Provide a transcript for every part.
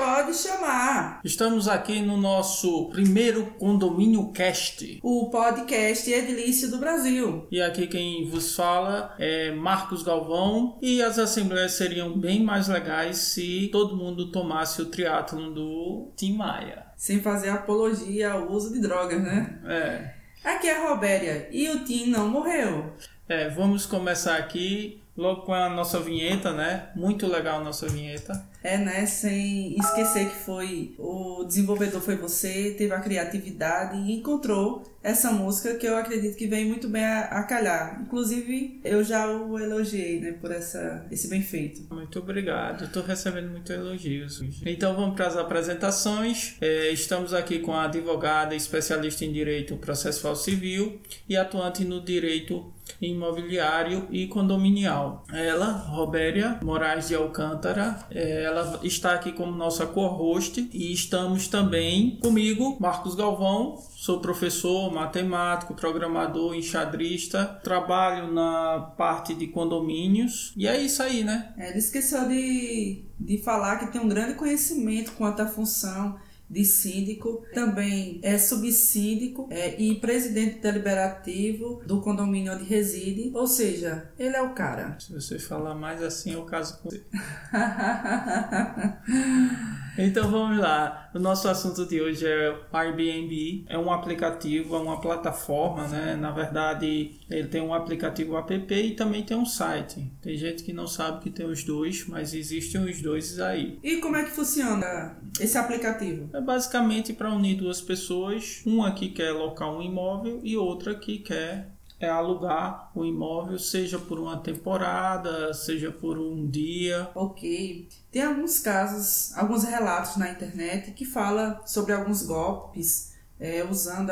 Pode chamar. Estamos aqui no nosso primeiro Condomínio Cast, o podcast edilício do Brasil. E aqui quem vos fala é Marcos Galvão. E as assembleias seriam bem mais legais se todo mundo tomasse o triatlon do Tim Maia. Sem fazer apologia ao uso de drogas, né? Aqui é a Robéria e o Tim não morreu. Vamos começar aqui logo com a nossa vinheta, né? Muito legal a nossa vinheta. Sem esquecer que o desenvolvedor foi você, teve a criatividade e encontrou essa música que eu acredito que vem muito bem a calhar. Inclusive, eu já o elogiei, né, por esse bem feito. Muito obrigado, estou recebendo muitos elogios. Então vamos para as apresentações. Estamos aqui com a advogada especialista em direito processual civil e atuante no direito imobiliário e condominial. Ela, Robéria Moraes de Alcântara, ela está aqui como nossa co-host e estamos também comigo, Marcos Galvão. Sou professor, matemático, programador, enxadrista, trabalho na parte de condomínios e é isso aí, né? Ele esqueceu de falar que tem um grande conhecimento quanto à função de síndico, também é subsíndico e presidente deliberativo do condomínio onde reside, ou seja, ele é o cara. Se você falar mais assim, eu caso com você. Então vamos lá, o nosso assunto de hoje é o Airbnb. É um aplicativo, é uma plataforma, né? Na verdade, ele tem um aplicativo app e também tem um site. Tem gente que não sabe que tem os dois, mas existem os dois aí. E como é que funciona esse aplicativo? É basicamente para unir duas pessoas, uma que quer alocar um imóvel e outra que quer alugar o imóvel, seja por uma temporada, seja por um dia. Ok. Tem alguns casos, alguns relatos na internet que fala sobre alguns golpes usando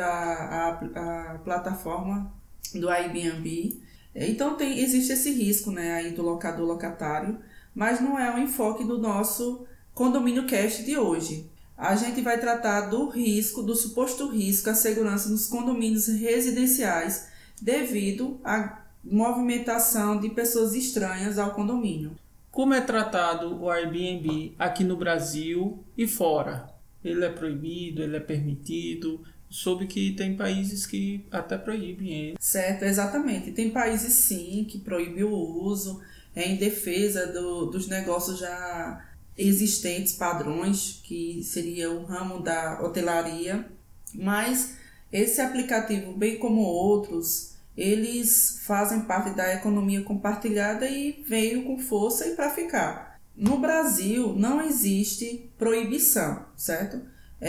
a plataforma do Airbnb. Então existe esse risco, né, aí do locador locatário, mas não é o enfoque do nosso Condomínio Cast de hoje. A gente vai tratar do risco, do suposto risco à segurança nos condomínios residenciais devido à movimentação de pessoas estranhas ao condomínio. Como é tratado o Airbnb aqui no Brasil e fora? Ele é proibido, ele é permitido? Soube que tem países que até proíbem ele. Certo, exatamente. Tem países sim que proíbem o uso, em defesa dos negócios já existentes, padrões, que seria o ramo da hotelaria, mas esse aplicativo, bem como outros, eles fazem parte da economia compartilhada e veio com força e para ficar. No Brasil não existe proibição, certo?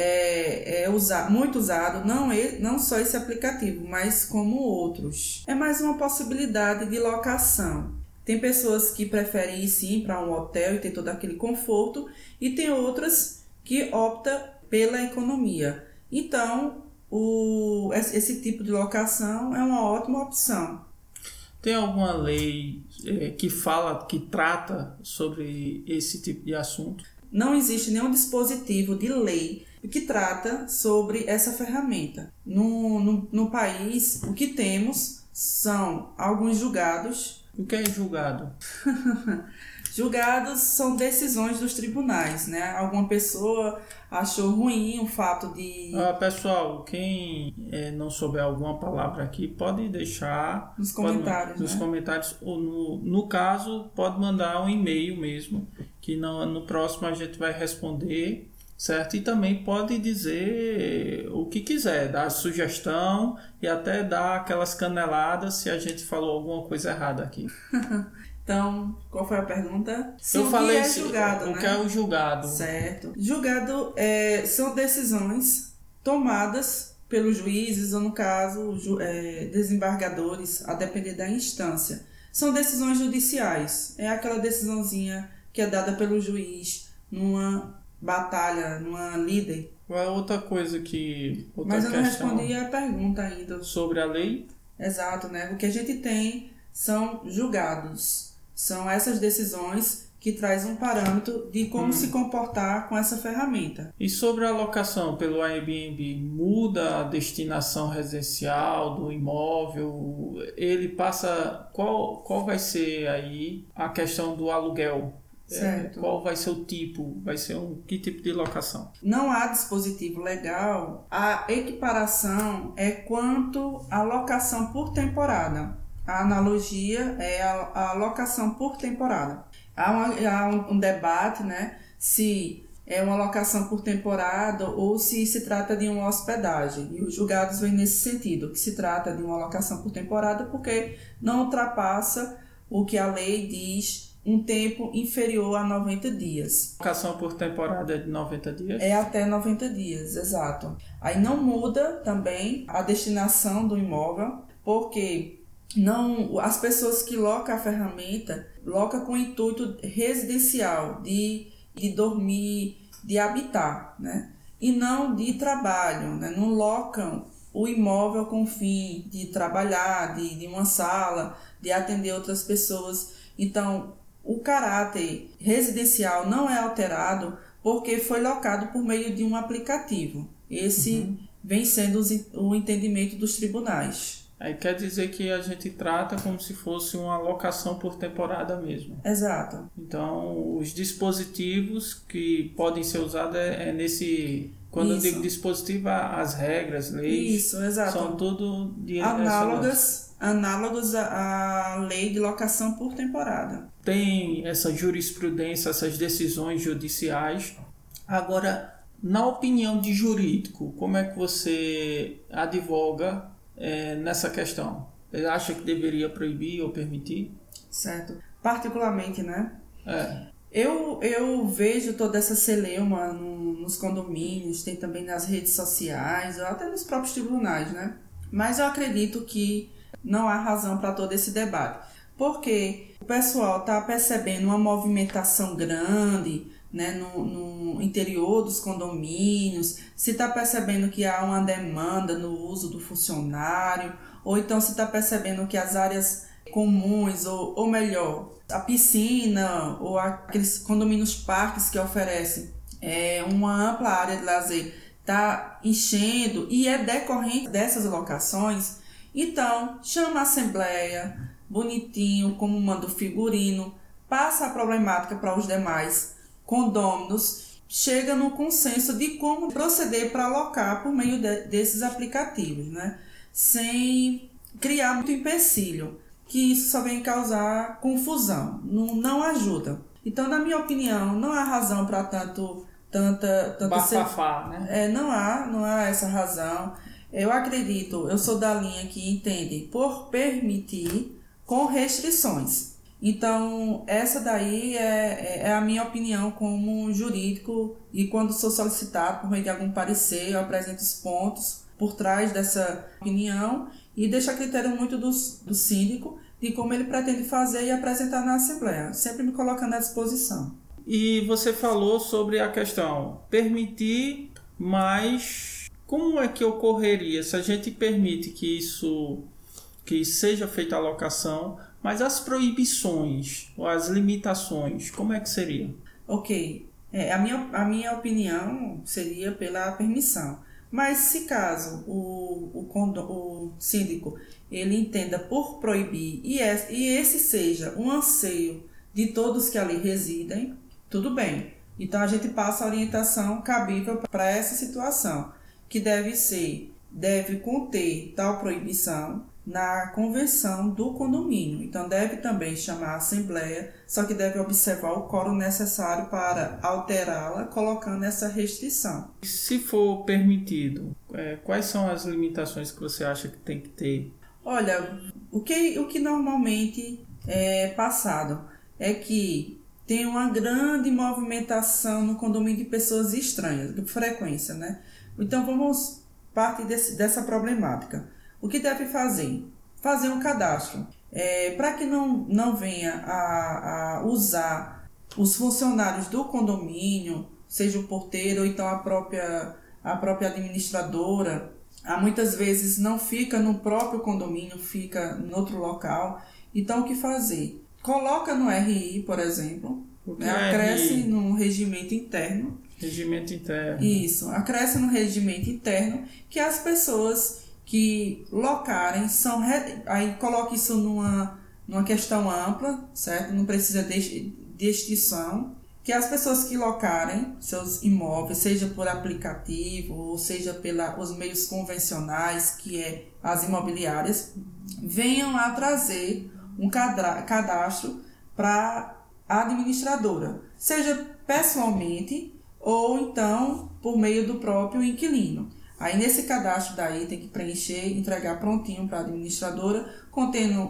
Muito usado, não só esse aplicativo, mas como outros. É mais uma possibilidade de locação. Tem pessoas que preferem ir sim para um hotel e ter todo aquele conforto, e tem outras que optam pela economia. Então, esse tipo de locação é uma ótima opção. Tem alguma lei que trata sobre esse tipo de assunto? Não existe nenhum dispositivo de lei que trata sobre essa ferramenta. No país, o que temos são alguns julgados. O que é julgado? Julgados são decisões dos tribunais, né? Alguma pessoa achou ruim o fato de... Pessoal, quem não souber alguma palavra aqui, pode deixar nos comentários, nos comentários, ou no caso, pode mandar um e-mail mesmo, que no próximo a gente vai responder, certo? E também pode dizer o que quiser, dar sugestão e até dar aquelas caneladas se a gente falou alguma coisa errada aqui. Então, qual foi a pergunta? Eu falei julgado, o que é o julgado. Certo. Julgado são decisões tomadas pelos juízes, ou no caso, desembargadores, a depender da instância. São decisões judiciais. É aquela decisãozinha que é dada pelo juiz numa batalha, numa lide. Qual é outra coisa que... Mas eu não respondi a pergunta ainda. Sobre a lei? Exato, né? O que a gente tem são julgados. São essas decisões que traz um parâmetro de como se comportar com essa ferramenta. E sobre a locação pelo Airbnb, muda a destinação residencial do imóvel? Ele passa... Qual vai ser aí a questão do aluguel? Certo. Qual vai ser o tipo? Vai ser que tipo de locação? Não há dispositivo legal. A equiparação é quanto à locação por temporada. A analogia é a locação por temporada. Há um debate, né, se é uma locação por temporada ou se trata de uma hospedagem. E os julgados vêm nesse sentido, que se trata de uma locação por temporada porque não ultrapassa o que a lei diz um tempo inferior a 90 dias. Locação por temporada é de 90 dias? É até 90 dias, exato. Aí não muda também a destinação do imóvel, porque as pessoas que locam a ferramenta, locam com o intuito residencial, de dormir, de habitar, né? E não de trabalho, né? Não locam o imóvel com o fim de trabalhar, de uma sala, de atender outras pessoas. Então, o caráter residencial não é alterado porque foi locado por meio de um aplicativo. Esse vem sendo o entendimento dos tribunais. Aí quer dizer que a gente trata como se fosse uma locação por temporada mesmo. Exato. Então, os dispositivos que podem ser usados é nesse... Quando eu digo dispositivo, as regras, leis... Isso, exato. São tudo análogos à lei de locação por temporada. Tem essa jurisprudência, essas decisões judiciais. Agora, na opinião de jurídico, como é que você advoga nessa questão? Ele acha que deveria proibir ou permitir? Certo. Particularmente, né? Eu vejo toda essa celeuma nos condomínios, tem também nas redes sociais, ou até nos próprios tribunais, né? Mas eu acredito que não há razão para todo esse debate. Porque o pessoal está percebendo uma movimentação grande, né, no interior dos condomínios, se está percebendo que há uma demanda no uso do funcionário, ou então se está percebendo que as áreas comuns, ou melhor, a piscina ou aqueles condomínios parques que oferecem uma ampla área de lazer está enchendo e é decorrente dessas locações. Então, chama a assembleia, bonitinho, como manda o figurino, passa a problemática para os demais condôminos, chega no consenso de como proceder para alocar por meio desses aplicativos, né? Sem criar muito empecilho, que isso só vem causar confusão, não ajuda. Então, na minha opinião, não há razão para tanta bafafá, né? Não há essa razão. Eu sou da linha que entende por permitir com restrições. Então, essa daí é a minha opinião como jurídico, e quando sou solicitado por meio de algum parecer, eu apresento os pontos por trás dessa opinião e deixo a critério muito do síndico de como ele pretende fazer e apresentar na Assembleia, sempre me colocando à disposição. E você falou sobre a questão permitir, mas como é que ocorreria se a gente permite que seja feita a locação, mas as proibições ou as limitações, como é que seria? Ok, a minha opinião seria pela permissão. Mas se caso o síndico ele entenda por proibir e esse seja um anseio de todos que ali residem, tudo bem. Então a gente passa a orientação cabível para essa situação, que deve conter tal proibição na convenção do condomínio. Então deve também chamar a assembleia, só que deve observar o quórum necessário para alterá-la, colocando essa restrição. Se for permitido, quais são as limitações que você acha que tem que ter? Olha, o que normalmente é passado é que tem uma grande movimentação no condomínio de pessoas estranhas, de frequência, né? Então vamos partir dessa problemática. O que deve fazer? Fazer um cadastro. Para que não venha a usar os funcionários do condomínio, seja o porteiro ou então a própria administradora, muitas vezes não fica no próprio condomínio, fica em outro local. Então, o que fazer? Coloca no RI, por exemplo, acresce no regimento interno. Regimento interno. Isso, acresce no regimento interno que as pessoas que locarem aí coloque isso numa questão ampla, certo? Não precisa de extinção, que as pessoas que locarem seus imóveis, seja por aplicativo ou seja pelos meios convencionais, que é as imobiliárias, venham a trazer um cadastro para a administradora, seja pessoalmente ou então por meio do próprio inquilino. Aí nesse cadastro daí tem que preencher, entregar prontinho para a administradora, contendo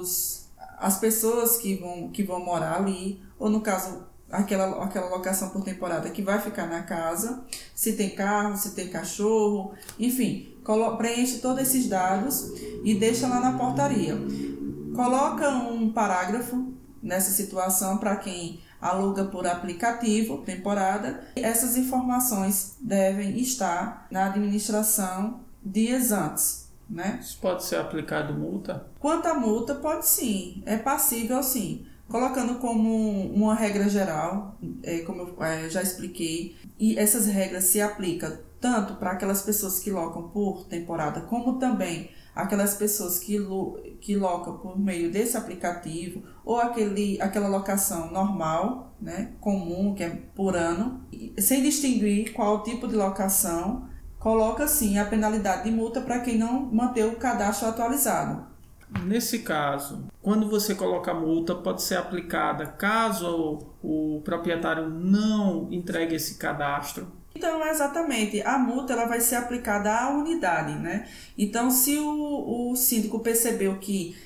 as pessoas que vão morar ali, ou no caso aquela locação por temporada que vai ficar na casa, se tem carro, se tem cachorro, enfim, preenche todos esses dados e deixa lá na portaria. Coloca um parágrafo nessa situação para quem aluga por aplicativo, temporada. Essas informações devem estar na administração dias antes, né? Isso pode ser aplicado multa? Quanto à multa, pode sim, é passível sim. Colocando como uma regra geral, como eu já expliquei, e essas regras se aplicam tanto para aquelas pessoas que locam por temporada, como também aquelas pessoas que locam por meio desse aplicativo, ou aquela locação normal, né, comum, que é por ano, sem distinguir qual tipo de locação, coloca sim a penalidade de multa para quem não manter o cadastro atualizado. Nesse caso, quando você coloca a multa, pode ser aplicada caso o proprietário não entregue esse cadastro? Então, exatamente, a multa ela vai ser aplicada à unidade, né? Então, se o síndico percebeu que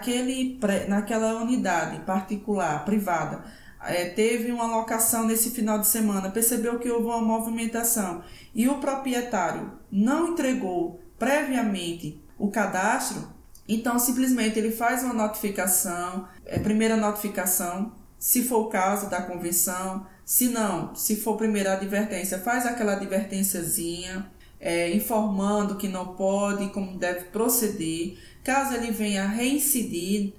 naquela unidade particular, privada, teve uma locação nesse final de semana, percebeu que houve uma movimentação e o proprietário não entregou previamente o cadastro, então simplesmente ele faz uma notificação, primeira notificação, se for o caso da convenção. Se não, se for primeira advertência, faz aquela advertênciazinha, informando que não pode, como deve proceder. Caso ele venha reincidir,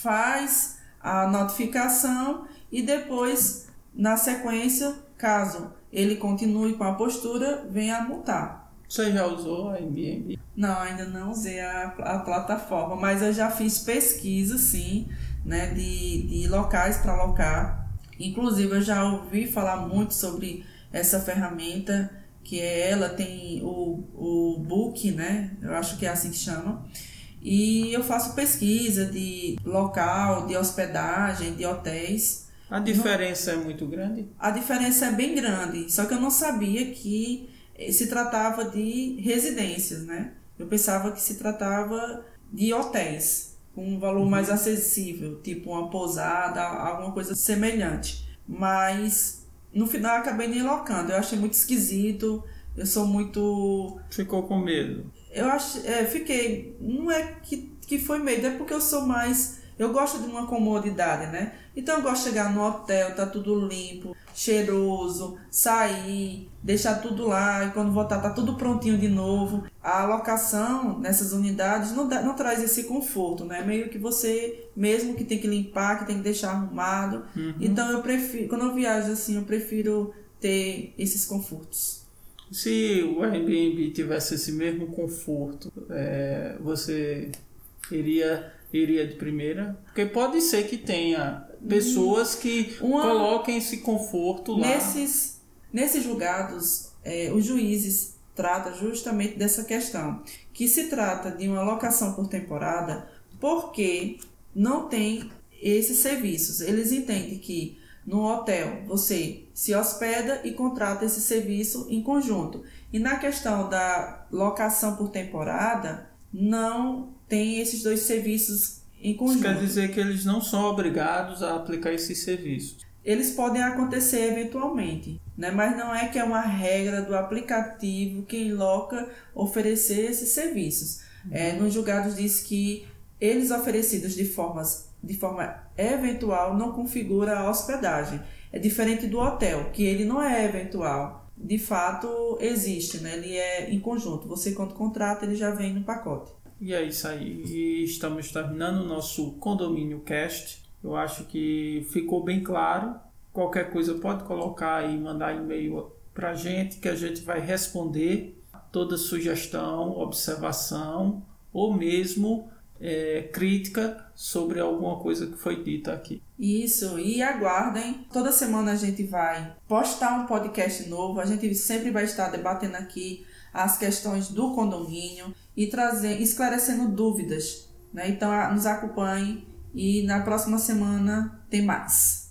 faz a notificação e depois, na sequência, caso ele continue com a postura, venha a multar. Você já usou a Airbnb? Não, ainda não usei a plataforma, mas eu já fiz pesquisa, sim, né, de locais para alocar. Inclusive, eu já ouvi falar muito sobre essa ferramenta, que ela tem o Book, né? Eu acho que é assim que chama. E eu faço pesquisa de local, de hospedagem, de hotéis. A diferença é muito grande? A diferença é bem grande, só que eu não sabia que se tratava de residências, né? Eu pensava que se tratava de hotéis, com um valor mais acessível, tipo uma pousada, alguma coisa semelhante. Mas no final eu acabei nem locando. Eu achei muito esquisito. Eu sou muito... Ficou com medo? Fiquei. Não é que foi medo, é porque eu sou mais... Eu gosto de uma comodidade, né? Então eu gosto de chegar no hotel, tá tudo limpo, cheiroso, sair, deixar tudo lá e quando voltar tá tudo prontinho de novo. A alocação nessas unidades não traz esse conforto, né? Meio que você mesmo que tem que limpar, que tem que deixar arrumado. Então eu prefiro, quando eu viajo assim, eu prefiro ter esses confortos. Se o Airbnb tivesse esse mesmo conforto, você iria de primeira? Porque pode ser que tenha pessoas que coloquem esse conforto lá. Nesses julgados, os juízes tratam justamente dessa questão, que se trata de uma locação por temporada porque não tem esses serviços. Eles entendem que no hotel você se hospeda e contrata esse serviço em conjunto. E na questão da locação por temporada, não tem esses dois serviços em conjunto. Isso quer dizer que eles não são obrigados a aplicar esses serviços? Eles podem acontecer eventualmente, né? Mas não é que é uma regra do aplicativo quem loca oferecer esses serviços. Nos julgados diz que eles oferecidos de forma eventual não configura a hospedagem. É diferente do hotel, que ele não é eventual. De fato, existe, né? Ele é em conjunto. Você, quando contrata, ele já vem no pacote. E é isso aí. E estamos terminando o nosso Condomínio Cast. Eu acho que ficou bem claro. Qualquer coisa pode colocar aí, mandar e-mail para a gente, que a gente vai responder toda sugestão, observação ou mesmo crítica sobre alguma coisa que foi dita aqui. Isso, e aguardem. Toda semana a gente vai postar um podcast novo. A gente sempre vai estar debatendo aqui as questões do condomínio e esclarecendo dúvidas, né? Então nos acompanhem e na próxima semana tem mais.